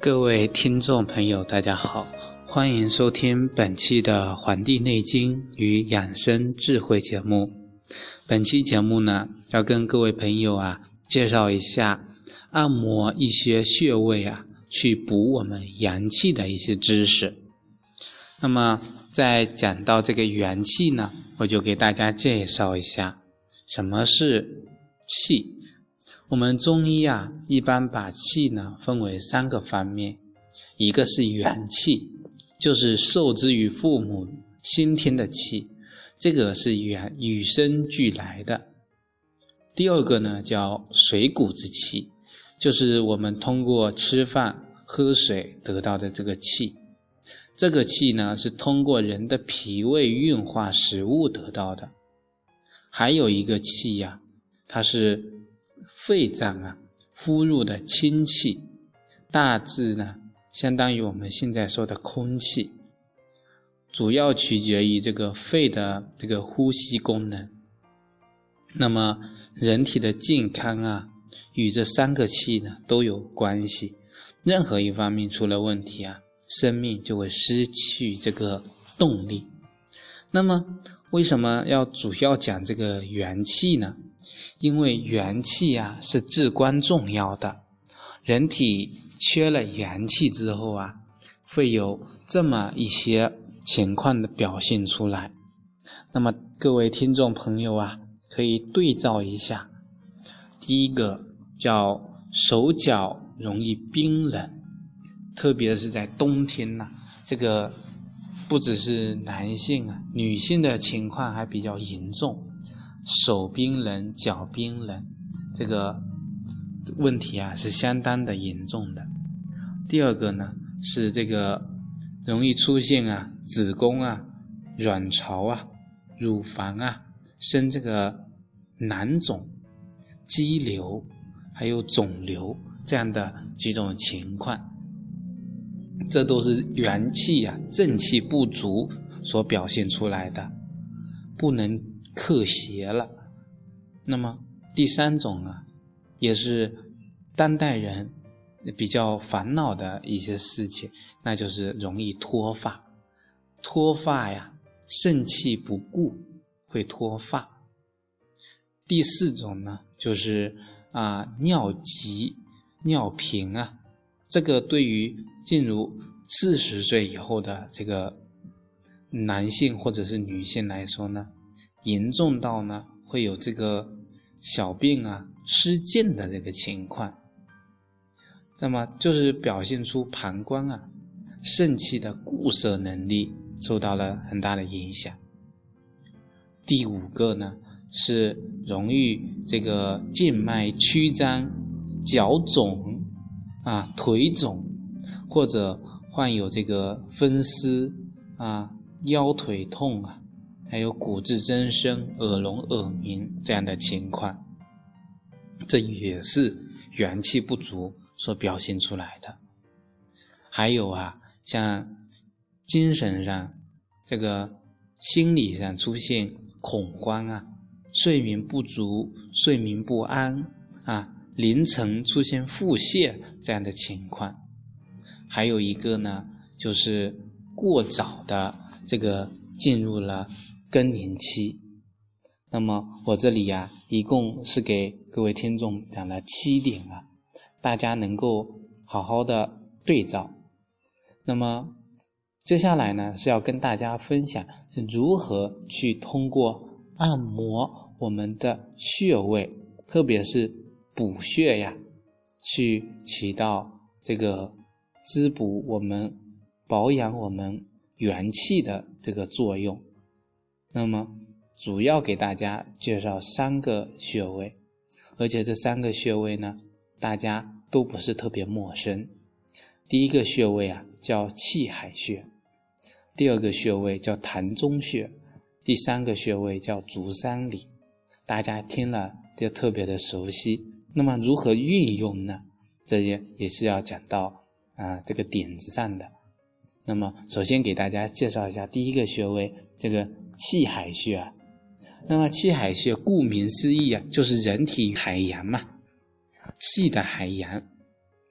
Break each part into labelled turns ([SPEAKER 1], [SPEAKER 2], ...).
[SPEAKER 1] 各位听众朋友大家好，欢迎收听本期的《黄帝内经与养生智慧》节目。本期节目呢，要跟各位朋友介绍一下按摩一些穴位去补我们阳气的一些知识。那么在讲到这个元气呢，我就给大家介绍一下什么是气。我们中医一般把气呢分为3个方面，一个是元气，就是受之于父母先天的气，这个是与生俱来的。第二个呢叫水谷之气，就是我们通过吃饭喝水得到的这个气，这个气呢是通过人的脾胃运化食物得到的。还有一个气它是肺脏呼入的清气，大致呢相当于我们现在说的空气，主要取决于这个肺的这个呼吸功能。那么人体的健康与这3个气呢都有关系，任何一方面出了问题生命就会失去这个动力。那么为什么要主要讲这个元气呢？因为元气是至关重要的，人体缺了元气之后会有这么一些情况的表现出来。那么各位听众朋友可以对照一下。第一个叫手脚容易冰冷，特别是在冬天这个不只是男性女性的情况还比较严重，手冰冷脚冰冷，这个问题是相当的严重的。第二个呢是这个容易出现子宫卵巢乳房生这个囊肿肌瘤还有肿瘤这样的几种情况，这都是元气正气不足所表现出来的，不能克邪了。那么第3种也是当代人比较烦恼的一些事情，那就是容易脱发。脱发肾气不固会脱发。第4种呢就是尿急尿频这个对于进入40岁以后的这个男性或者是女性来说呢，严重到呢会有这个小便失禁的这个情况。那么就是表现出膀胱肾气的固摄能力受到了很大的影响。第5个呢是容易这个静脉曲张、脚肿腿肿，或者患有这个风湿腰腿痛还有骨质增生、耳聋耳鸣这样的情况，这也是元气不足所表现出来的。还有像精神上这个心理上出现恐慌睡眠不足、睡眠不安凌晨出现腹泻这样的情况。还有一个呢就是过早的这个进入了更年期。那么我这里一共是给各位听众讲了7点大家能够好好的对照。那么接下来呢是要跟大家分享是如何去通过按摩我们的穴位，特别是补穴去起到这个滋补我们保养我们元气的这个作用。那么主要给大家介绍3个穴位，而且这3个穴位呢大家都不是特别陌生。第一个穴位叫气海穴，第2个穴位叫膻中穴，第3个穴位叫足三里，大家听了就特别的熟悉。那么如何运用呢？这也是要讲到这个点子上的。那么首先给大家介绍一下第一个穴位，这个气海穴那么气海穴顾名思义就是人体海洋气的海洋。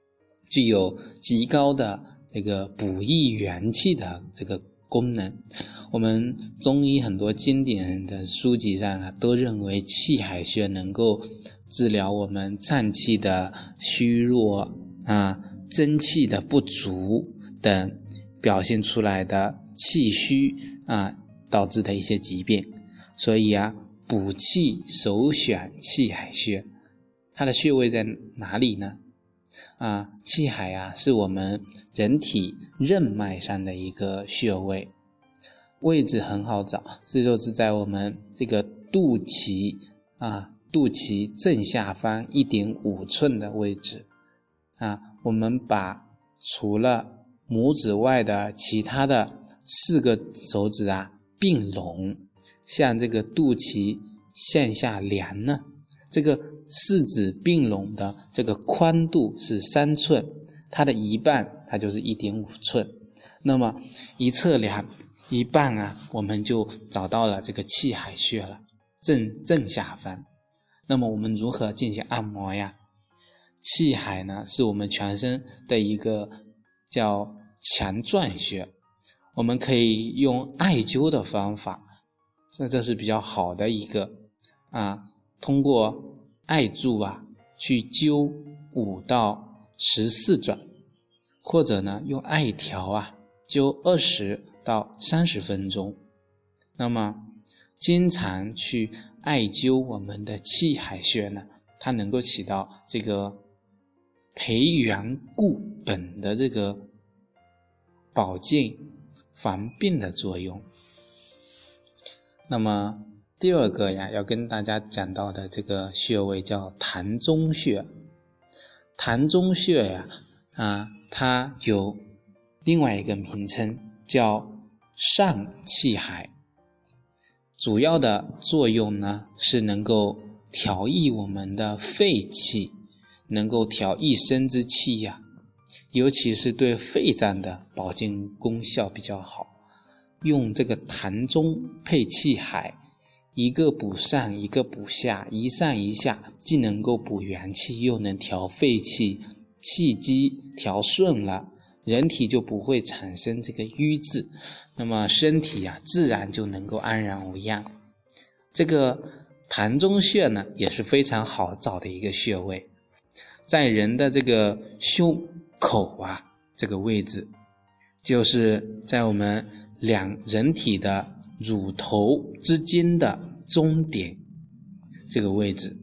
[SPEAKER 1] 具有极高的这个补益元气的这个功能。我们中医很多经典的书籍上啊，都认为气海穴能够治疗我们脏器的虚弱啊、真气的不足等表现出来的气虚啊导致的一些疾病。所以啊，补气首选气海穴。它的穴位在哪里呢？气海啊是我们人体任脉上的一个穴位，位置很好找，这就是在我们这个肚脐正下方 1.5 寸的位置我们把除了拇指外的其他的4个手指并拢，向这个肚脐向下量呢，这个4指并拢的这个宽度是3寸，它的一半它就是 1.5 寸。那么一测量一半我们就找到了这个气海穴了，正下方。那么我们如何进行按摩呀？气海呢是我们全身的一个叫强壮穴，我们可以用艾灸的方法，这是比较好的一个通过艾柱去灸5到14转，或者呢用艾条灸20到30分钟。那么经常去艾灸我们的气海穴呢，它能够起到这个培元固本的这个保健防病的作用。那么第二个要跟大家讲到的这个穴位叫膻中穴。膻中穴它有另外一个名称叫上气海，主要的作用呢是能够调益我们的肺气，能够调益生之气尤其是对肺脏的保健功效比较好。用这个膻中配气海，一个补上一个补下，一上一下，既能够补元气，又能调肺气，气机调顺了，人体就不会产生这个瘀滞，那么身体自然就能够安然无恙。这个膻中穴呢也是非常好找的一个穴位，在人的这个胸口这个位置，就是在我们人体的乳头之间的中点这个位置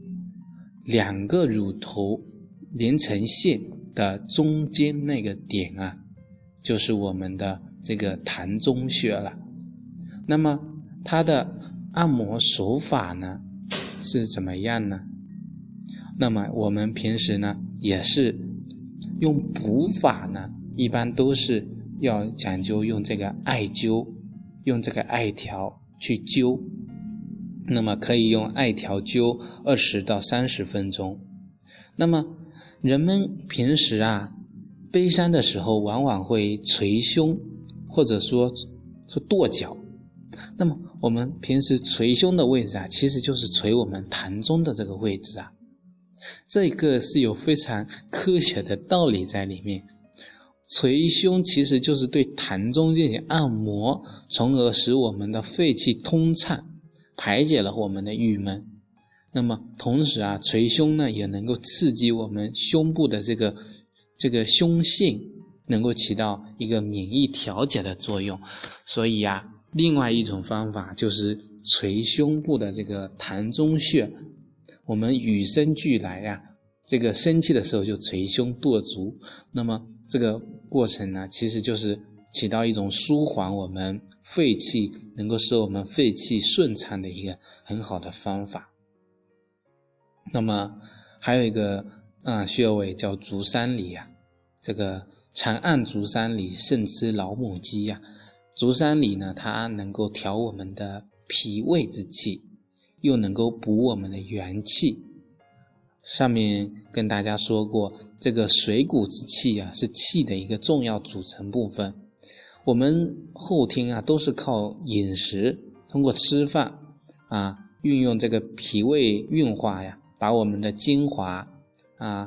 [SPEAKER 1] ，2个乳头连成线的中间那个点就是我们的这个膻中穴了。那么它的按摩手法呢是怎么样呢？那么我们平时呢也是用补法呢，一般都是要讲究用这个艾灸，用这个艾条去灸。那么可以用艾条灸20到30分钟。那么人们平时悲伤的时候往往会捶胸，或者说跺脚。那么我们平时捶胸的位置其实就是捶我们膻中的这个位置这个是有非常科学的道理在里面。捶胸其实就是对膻中进行按摩，从而使我们的肺气通畅，排解了我们的郁闷。那么同时捶胸呢也能够刺激我们胸部的这个胸腺，能够起到一个免疫调节的作用。所以另外一种方法就是捶胸部的这个膻中穴。我们与生俱来这个生气的时候就捶胸跺足，那么这个过程呢其实就是起到一种舒缓我们肺气，能够使我们肺气顺畅的一个很好的方法。那么还有一个穴位叫足三里这个长按足三里，胜吃老母鸡足三里呢它能够调我们的脾胃之气，又能够补我们的元气。上面跟大家说过，这个水谷之气是气的一个重要组成部分。我们后天都是靠饮食，通过吃饭运用这个脾胃运化把我们的精华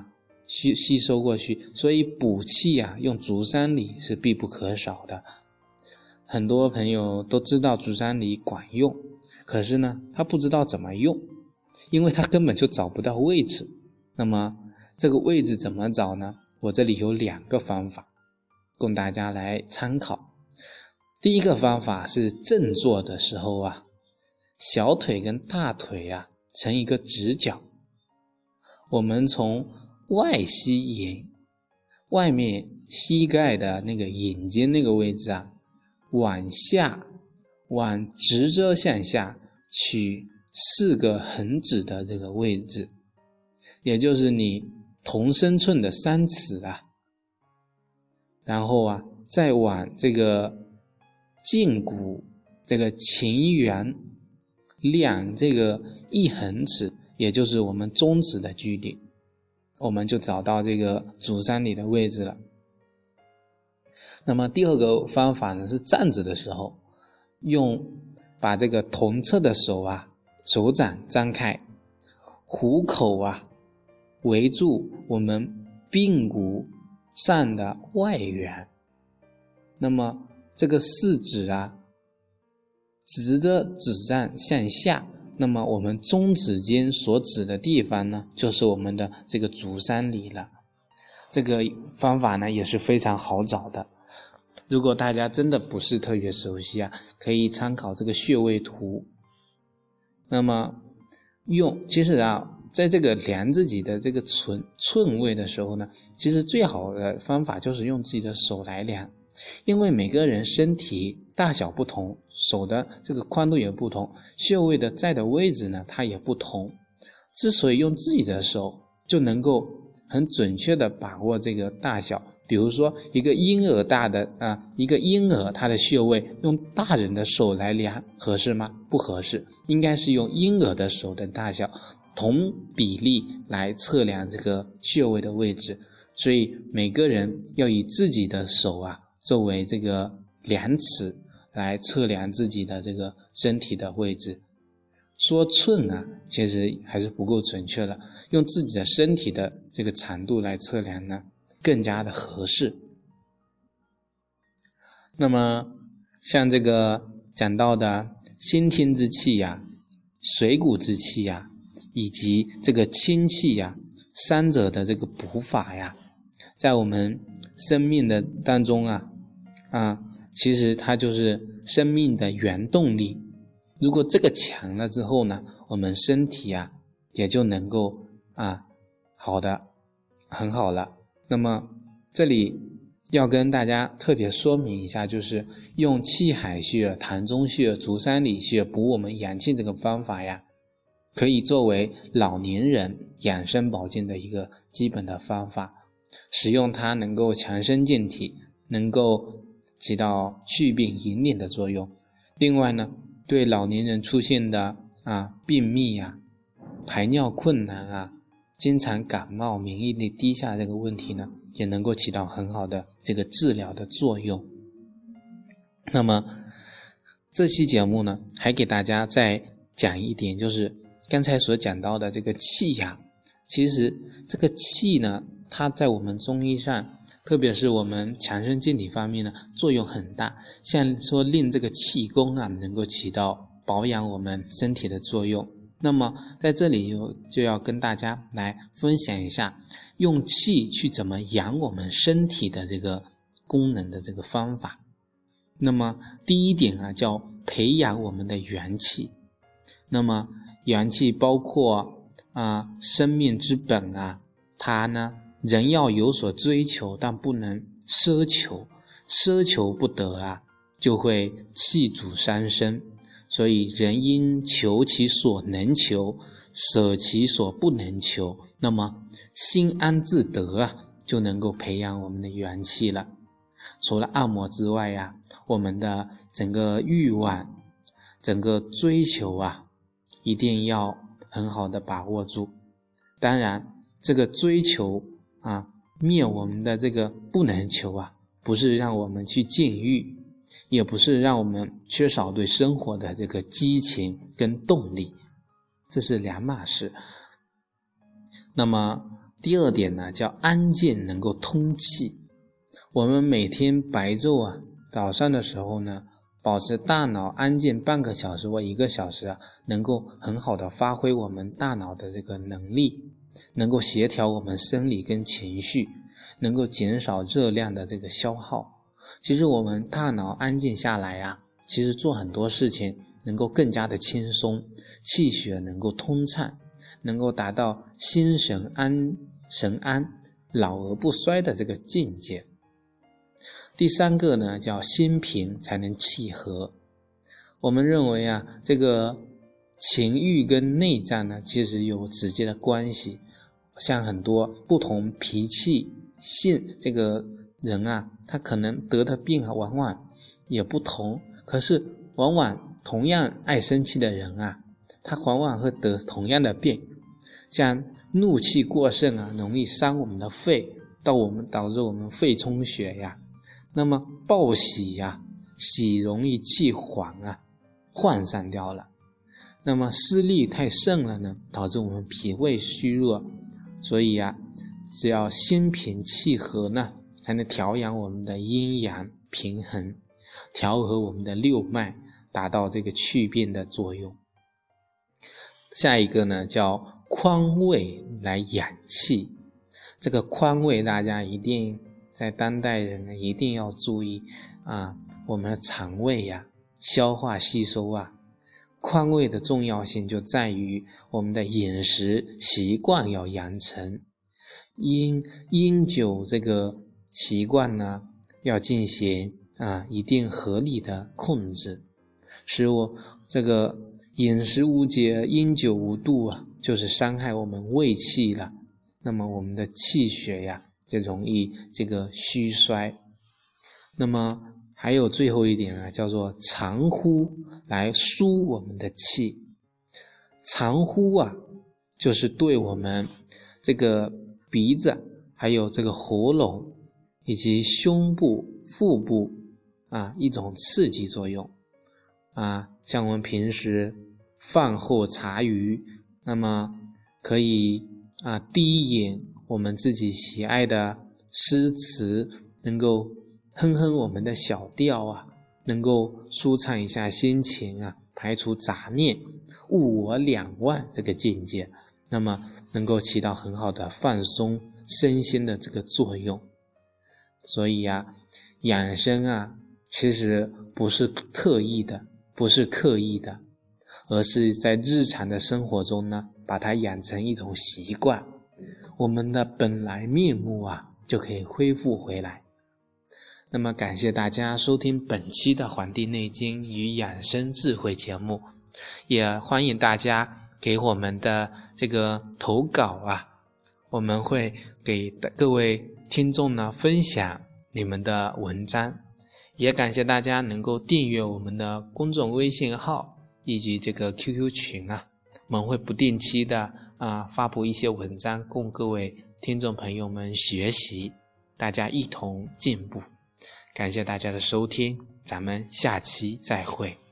[SPEAKER 1] 吸收过去，所以补气啊，用足三里是必不可少的。很多朋友都知道足三里管用，可是呢，他不知道怎么用，因为他根本就找不到位置。那么这个位置怎么找呢？我这里有2个方法供大家来参考。第一个方法是正坐的时候啊，小腿跟大腿啊成一个直角，我们从外膝眼外面膝盖的那个眼尖那个位置啊，往下往直着向下取4个横指的这个位置，也就是你同身寸的3尺啊，然后啊再往这个胫骨这个前缘量这个1横尺，也就是我们中指的距离，我们就找到这个足三里的位置了。那么第2个方法呢，是站着的时候，把这个同侧的手啊，手掌张开，虎口啊围住我们髌骨上的外缘，那么这个4指啊直着指掌向下，那么我们中指尖所指的地方呢，就是我们的这个足三里了。这个方法呢也是非常好找的，如果大家真的不是特别熟悉啊，可以参考这个穴位图。那么其实啊，在这个量自己的这个寸位的时候呢，其实最好的方法就是用自己的手来量，因为每个人身体大小不同，手的这个宽度也不同，穴位的在的位置呢它也不同。之所以用自己的手就能够很准确的把握这个大小，比如说一个婴儿它的穴位用大人的手来量合适吗？不合适，应该是用婴儿的手的大小同比例来测量这个穴位的位置。所以每个人要以自己的手啊作为这个量尺来测量自己的这个身体的位置。说寸啊，其实还是不够准确了，用自己的身体的这个长度来测量呢，更加的合适。那么像这个讲到的先天之气呀、水谷之气呀，以及这个清气呀，3者的这个补法呀，在我们生命的当中其实它就是生命的原动力。如果这个强了之后呢，我们身体啊也就能够很好了。那么这里要跟大家特别说明一下，就是用气海穴、膻中穴、足三里穴补我们阳气这个方法呀，可以作为老年人养生保健的一个基本的方法，使用它能够强身健体，能够起到祛病引领的作用。另外呢，对老年人出现的便秘排尿困难经常感冒、免疫力低下这个问题呢，也能够起到很好的这个治疗的作用。那么这期节目呢，还给大家再讲一点，就是刚才所讲到的这个气呀，其实这个气呢，它在我们中医上，特别是我们强身健体方面呢，作用很大。像说令这个气功能够起到保养我们身体的作用。那么在这里就要跟大家来分享一下，用气去怎么养我们身体的这个功能的这个方法。那么第一点叫培养我们的元气。那么元气包括生命之本它呢，人要有所追求，但不能奢求，奢求不得就会气阻伤身。所以人应求其所能求，舍其所不能求。那么心安自得就能够培养我们的元气了。除了按摩之外我们的整个欲望、整个追求一定要很好的把握住。当然这个追求灭我们的这个不能求不是让我们去禁欲，也不是让我们缺少对生活的这个激情跟动力，这是两码事。那么第二点呢，叫安静能够通气。我们每天白昼早上的时候呢，保持大脑安静半个小时或1个小时能够很好的发挥我们大脑的这个能力，能够协调我们生理跟情绪，能够减少热量的这个消耗。其实我们大脑安静下来其实做很多事情能够更加的轻松，气血能够通畅，能够达到心神安，老而不衰的这个境界。第三个呢，叫心平才能气和。我们认为这个情欲跟内脏呢，其实有直接的关系。像很多不同脾气性这个人他可能得的病往往也不同，可是往往同样爱生气的人他往往会得同样的病。像怒气过盛容易伤我们的肺，导致我们肺充血那么暴喜喜容易气黄涣散掉了。那么思虑太盛了呢，导致我们脾胃虚弱。所以只要心平气和呢，才能调养我们的阴阳平衡，调和我们的六脉，达到这个祛病的作用。下一个呢，叫宽胃来养气。这个宽胃大家一定在当代人一定要注意我们的肠胃消化吸收宽胃的重要性就在于我们的饮食习惯要养成，饮酒这个习惯呢要进行一定合理的控制，使我这个饮食无节，饮酒无度就是伤害我们胃气了。那么我们的气血就容易这个虚衰。那么还有最后一点叫做长呼来舒我们的气。长呼就是对我们这个鼻子还有这个喉咙以及胸部腹部一种刺激作用像我们平时饭后茶余，那么可以低吟我们自己喜爱的诗词，能够哼哼我们的小调能够舒畅一下心情排除杂念，物我两忘这个境界，那么能够起到很好的放松身心的这个作用。所以养生其实不是特意的，不是刻意的，而是在日常的生活中呢，把它养成一种习惯，我们的本来面目就可以恢复回来。那么感谢大家收听本期的《黄帝内经与养生智慧》节目，也欢迎大家给我们的这个投稿我们会给各位听众呢分享你们的文章，也感谢大家能够订阅我们的公众微信号以及这个 QQ 群我们会不定期的发布一些文章供各位听众朋友们学习，大家一同进步。感谢大家的收听，咱们下期再会。